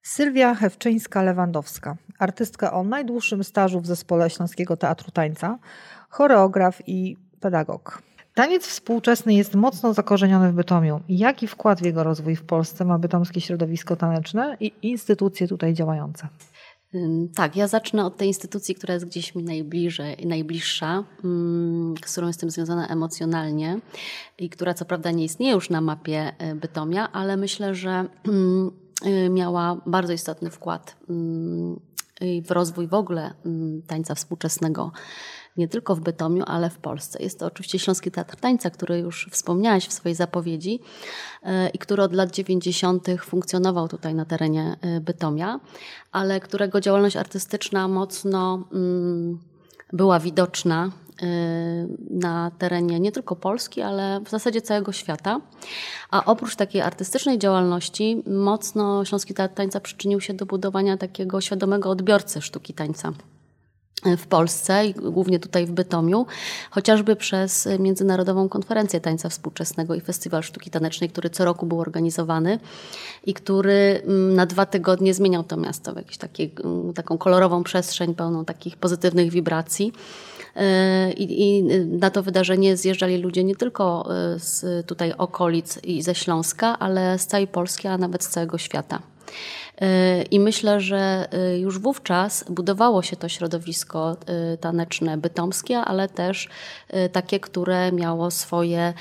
Sylwia Hewczyńska-Lewandowska, artystka o najdłuższym stażu w Zespole Śląskiego Teatru Tańca, choreograf i pedagog. Taniec współczesny jest mocno zakorzeniony w Bytomiu. Jaki wkład w jego rozwój w Polsce ma bytomskie środowisko taneczne i instytucje tutaj działające? Tak, ja zacznę od tej instytucji, która jest gdzieś mi najbliższa, z którą jestem związana emocjonalnie i która co prawda nie istnieje już na mapie Bytomia, ale myślę, że miała bardzo istotny wkład w rozwój w ogóle tańca współczesnego, nie tylko w Bytomiu, ale w Polsce. Jest to oczywiście Śląski Teatr Tańca, który już wspomniałaś w swojej zapowiedzi i który od lat 90. funkcjonował tutaj na terenie Bytomia, ale którego działalność artystyczna mocno była widoczna na terenie nie tylko Polski, ale w zasadzie całego świata. A oprócz takiej artystycznej działalności mocno Śląski Teatr Tańca przyczynił się do budowania takiego świadomego odbiorcy sztuki tańca w Polsce i głównie tutaj w Bytomiu, chociażby przez Międzynarodową Konferencję Tańca Współczesnego i Festiwal Sztuki Tanecznej, który co roku był organizowany i który na 2 tygodnie zmieniał to miasto w jakąś taką kolorową przestrzeń pełną takich pozytywnych wibracji. I na to wydarzenie zjeżdżali ludzie nie tylko z tutaj okolic i ze Śląska, ale z całej Polski, a nawet z całego świata. I myślę, że już wówczas budowało się to środowisko taneczne bytomskie, ale też takie, które miało swoje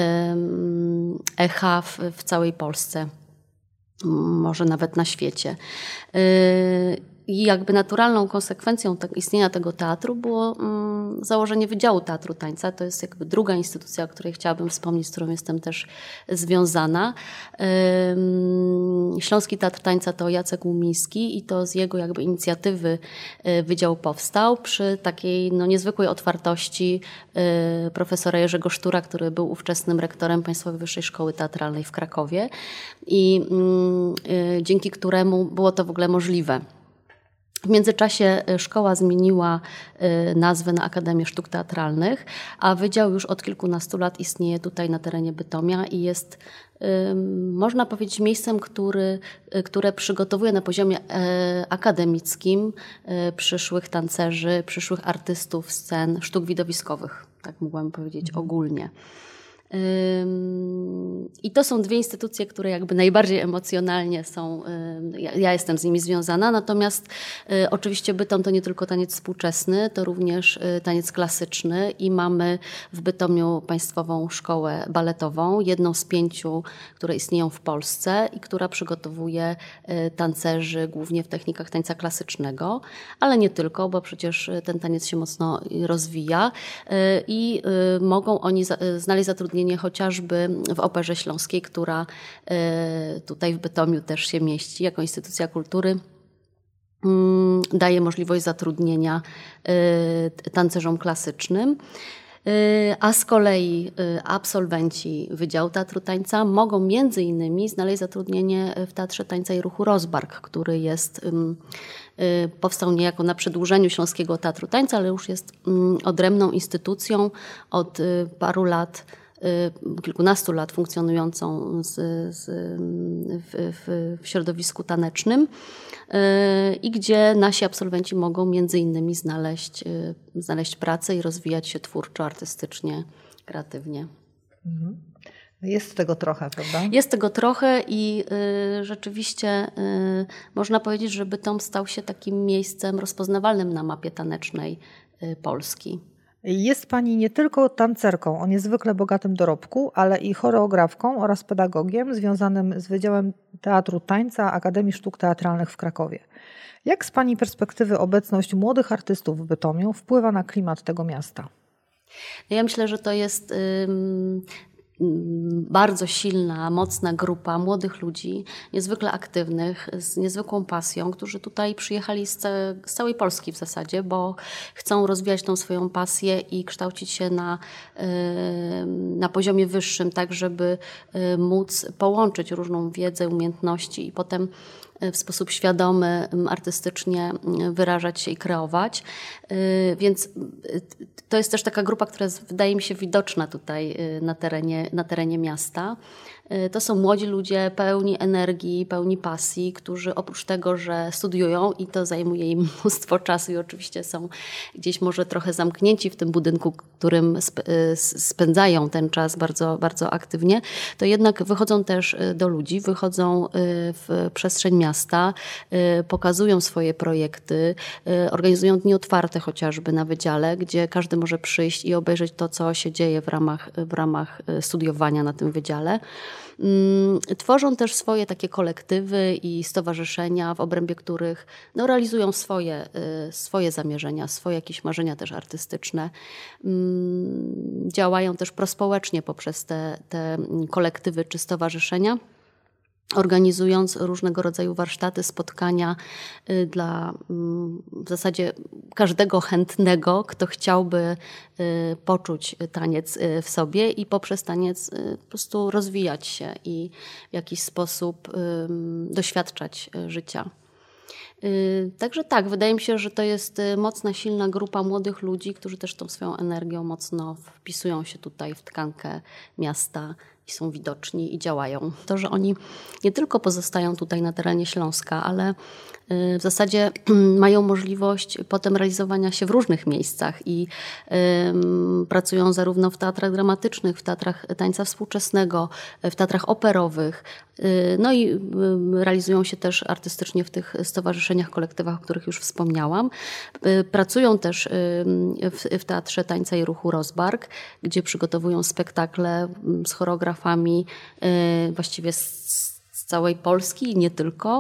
echa w całej Polsce, może nawet na świecie. I jakby naturalną konsekwencją istnienia tego teatru było założenie Wydziału Teatru Tańca. To jest jakby druga instytucja, o której chciałabym wspomnieć, z którą jestem też związana. Śląski Teatr Tańca to Jacek Łumiński i to z jego jakby inicjatywy wydział powstał przy takiej niezwykłej otwartości profesora Jerzego Sztura, który był ówczesnym rektorem Państwowej Wyższej Szkoły Teatralnej w Krakowie i dzięki któremu było to w ogóle możliwe. W międzyczasie szkoła zmieniła nazwę na Akademię Sztuk Teatralnych, a wydział już od kilkunastu lat istnieje tutaj na terenie Bytomia i jest, można powiedzieć, miejscem, które przygotowuje na poziomie akademickim przyszłych tancerzy, przyszłych artystów scen, sztuk widowiskowych, tak mogłabym powiedzieć ogólnie. I to są 2 instytucje, które jakby najbardziej emocjonalnie są, ja jestem z nimi związana, natomiast oczywiście Bytom to nie tylko taniec współczesny, to również taniec klasyczny i mamy w Bytomiu Państwową Szkołę Baletową, jedną z 5, które istnieją w Polsce i która przygotowuje tancerzy głównie w technikach tańca klasycznego, ale nie tylko, bo przecież ten taniec się mocno rozwija i mogą oni znaleźć zatrudnienie chociażby w Operze Śląskiej, która tutaj w Bytomiu też się mieści jako instytucja kultury. Daje możliwość zatrudnienia tancerzom klasycznym. A z kolei absolwenci Wydziału Teatru Tańca mogą między innymi znaleźć zatrudnienie w Teatrze Tańca i Ruchu Rozbark, który powstał niejako na przedłużeniu Śląskiego Teatru Tańca, ale już jest odrębną instytucją od paru lat, kilkunastu lat funkcjonującą w środowisku tanecznym i gdzie nasi absolwenci mogą między innymi znaleźć pracę i rozwijać się twórczo, artystycznie, kreatywnie. Jest tego trochę, prawda? Jest tego trochę i rzeczywiście można powiedzieć, że Bytom stał się takim miejscem rozpoznawalnym na mapie tanecznej Polski. Jest Pani nie tylko tancerką o niezwykle bogatym dorobku, ale i choreografką oraz pedagogiem związanym z Wydziałem Teatru Tańca Akademii Sztuk Teatralnych w Krakowie. Jak z Pani perspektywy obecność młodych artystów w Bytomiu wpływa na klimat tego miasta? Ja myślę, że to jest bardzo silna, mocna grupa młodych ludzi, niezwykle aktywnych, z niezwykłą pasją, którzy tutaj przyjechali z całej Polski w zasadzie, bo chcą rozwijać tą swoją pasję i kształcić się na poziomie wyższym, tak żeby móc połączyć różną wiedzę, umiejętności i potem w sposób świadomy, artystycznie wyrażać się i kreować. Więc to jest też taka grupa, która jest, wydaje mi się, widoczna tutaj na terenie miasta. To są młodzi ludzie pełni energii, pełni pasji, którzy oprócz tego, że studiują i to zajmuje im mnóstwo czasu i oczywiście są gdzieś może trochę zamknięci w tym budynku, którym spędzają ten czas bardzo, bardzo aktywnie, to jednak wychodzą też do ludzi, wychodzą w przestrzeń miasta, pokazują swoje projekty, organizują dni otwarte chociażby na wydziale, gdzie każdy może przyjść i obejrzeć to, co się dzieje w ramach studiowania na tym wydziale. Tworzą też swoje takie kolektywy i stowarzyszenia, w obrębie których realizują swoje zamierzenia, swoje jakieś marzenia też artystyczne. Działają też prospołecznie poprzez te kolektywy czy stowarzyszenia, organizując różnego rodzaju warsztaty, spotkania dla w zasadzie każdego chętnego, kto chciałby poczuć taniec w sobie i poprzez taniec po prostu rozwijać się i w jakiś sposób doświadczać życia. Także tak, wydaje mi się, że to jest mocna, silna grupa młodych ludzi, którzy też tą swoją energią mocno wpisują się tutaj w tkankę miasta i są widoczni i działają. To, że oni nie tylko pozostają tutaj na terenie Śląska, ale w zasadzie mają możliwość potem realizowania się w różnych miejscach i pracują zarówno w teatrach dramatycznych, w teatrach tańca współczesnego, w teatrach operowych, no i realizują się też artystycznie w tych stowarzyszeniach, kolektywach, o których już wspomniałam. Pracują też w Teatrze Tańca i Ruchu Rozbark, gdzie przygotowują spektakle z choreografami właściwie z całej Polski i nie tylko.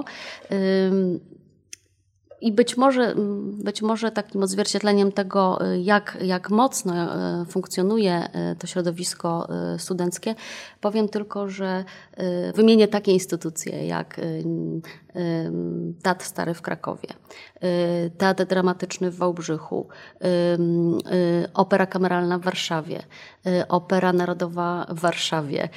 I być może takim odzwierciedleniem tego, jak mocno funkcjonuje to środowisko studenckie, powiem tylko, że wymienię takie instytucje jak Teatr Stary w Krakowie, Teatr Dramatyczny w Wałbrzychu, Opera Kameralna w Warszawie, Opera Narodowa w Warszawie,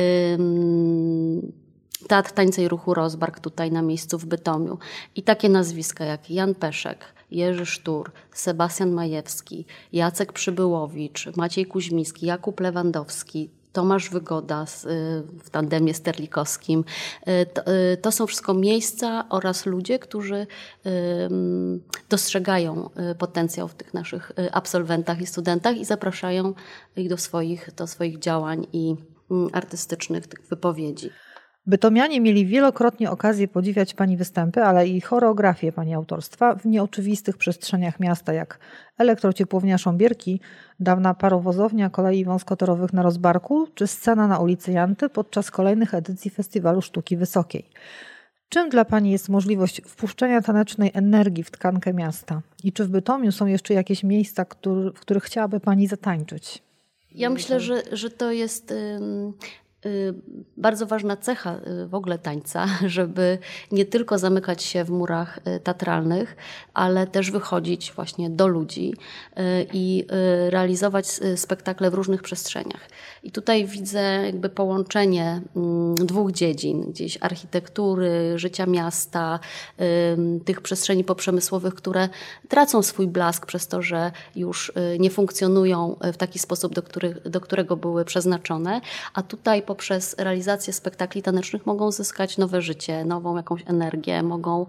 Teatr Tańca i Ruchu Rozbark tutaj na miejscu w Bytomiu. I takie nazwiska jak Jan Peszek, Jerzy Sztur, Sebastian Majewski, Jacek Przybyłowicz, Maciej Kuźmiński, Jakub Lewandowski, Tomasz Wygoda w tandemie sterlikowskim. To są wszystko miejsca oraz ludzie, którzy dostrzegają potencjał w tych naszych absolwentach i studentach i zapraszają ich do swoich działań i artystycznych tych wypowiedzi. Bytomianie mieli wielokrotnie okazję podziwiać Pani występy, ale i choreografię Pani autorstwa w nieoczywistych przestrzeniach miasta, jak elektrociepłownia Sząbierki, dawna parowozownia kolei wąskotorowych na Rozbarku, czy scena na ulicy Janty podczas kolejnych edycji Festiwalu Sztuki Wysokiej. Czym dla Pani jest możliwość wpuszczenia tanecznej energii w tkankę miasta? I czy w Bytomiu są jeszcze jakieś miejsca, w których chciałaby Pani zatańczyć? Ja myślę, że to jest bardzo ważna cecha w ogóle tańca, żeby nie tylko zamykać się w murach teatralnych, ale też wychodzić właśnie do ludzi i realizować spektakle w różnych przestrzeniach. I tutaj widzę jakby połączenie dwóch dziedzin, gdzieś architektury, życia miasta, tych przestrzeni poprzemysłowych, które tracą swój blask przez to, że już nie funkcjonują w taki sposób, do którego były przeznaczone, a tutaj poprzez realizację spektakli tanecznych mogą zyskać nowe życie, nową jakąś energię, mogą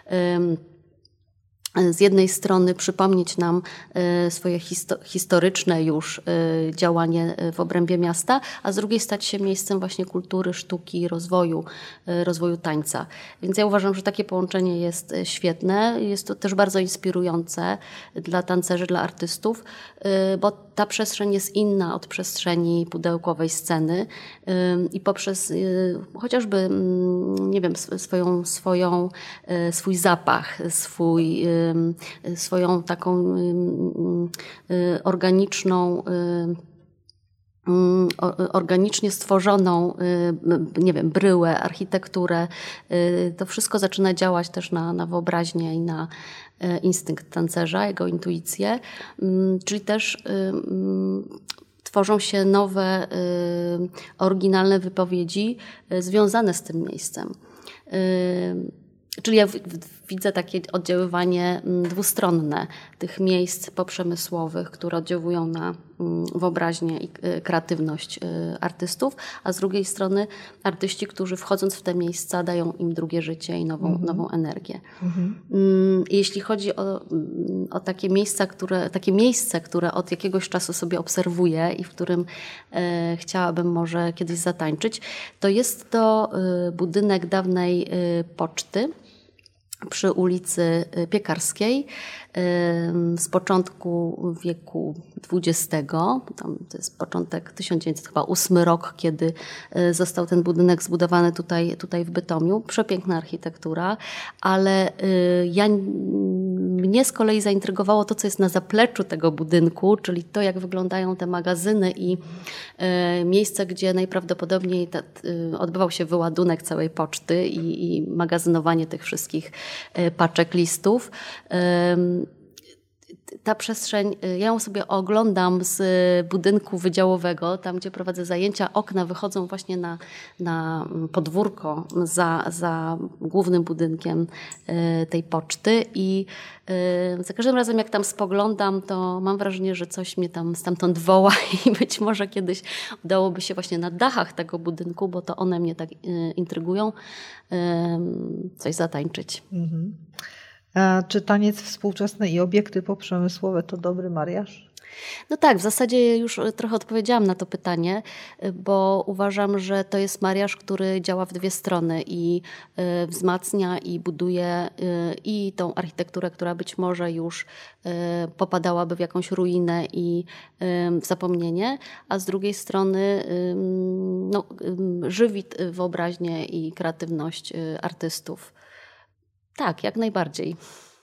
z jednej strony przypomnieć nam swoje historyczne już działanie w obrębie miasta, a z drugiej stać się miejscem właśnie kultury, sztuki, rozwoju tańca. Więc ja uważam, że takie połączenie jest świetne. Jest to też bardzo inspirujące dla tancerzy, dla artystów, bo ta przestrzeń jest inna od przestrzeni pudełkowej sceny i poprzez chociażby, nie wiem, swój zapach, swoją taką organicznie stworzoną, nie wiem, bryłę, architekturę. To wszystko zaczyna działać też na wyobraźnię i na instynkt tancerza, jego intuicję, czyli też tworzą się nowe, oryginalne wypowiedzi związane z tym miejscem. Czyli ja widzę takie oddziaływanie dwustronne tych miejsc poprzemysłowych, które oddziałują wyobraźnię i kreatywność artystów, a z drugiej strony artyści, którzy wchodząc w te miejsca dają im drugie życie i nową energię. Jeśli chodzi o takie miejsce, które od jakiegoś czasu sobie obserwuję i w którym chciałabym może kiedyś zatańczyć, to jest to budynek dawnej poczty przy ulicy Piekarskiej z początku wieku XX. Tam to jest początek 1908 rok, kiedy został ten budynek zbudowany tutaj w Bytomiu. Przepiękna architektura, ale mnie z kolei zaintrygowało to, co jest na zapleczu tego budynku, czyli to, jak wyglądają te magazyny i miejsce, gdzie najprawdopodobniej odbywał się wyładunek całej poczty i magazynowanie tych wszystkich paczek listów. Ta przestrzeń, ja ją sobie oglądam z budynku wydziałowego, tam gdzie prowadzę zajęcia. Okna wychodzą właśnie na podwórko za głównym budynkiem tej poczty i za każdym razem jak tam spoglądam, to mam wrażenie, że coś mnie tam stamtąd woła i być może kiedyś udałoby się właśnie na dachach tego budynku, bo to one mnie tak intrygują, coś zatańczyć. Czy taniec współczesny i obiekty poprzemysłowe to dobry mariaż? No tak, w zasadzie już trochę odpowiedziałam na to pytanie, bo uważam, że to jest mariaż, który działa w dwie strony i wzmacnia i buduje i tą architekturę, która być może już popadałaby w jakąś ruinę i w zapomnienie, a z drugiej strony żywi wyobraźnię i kreatywność artystów. Tak, jak najbardziej.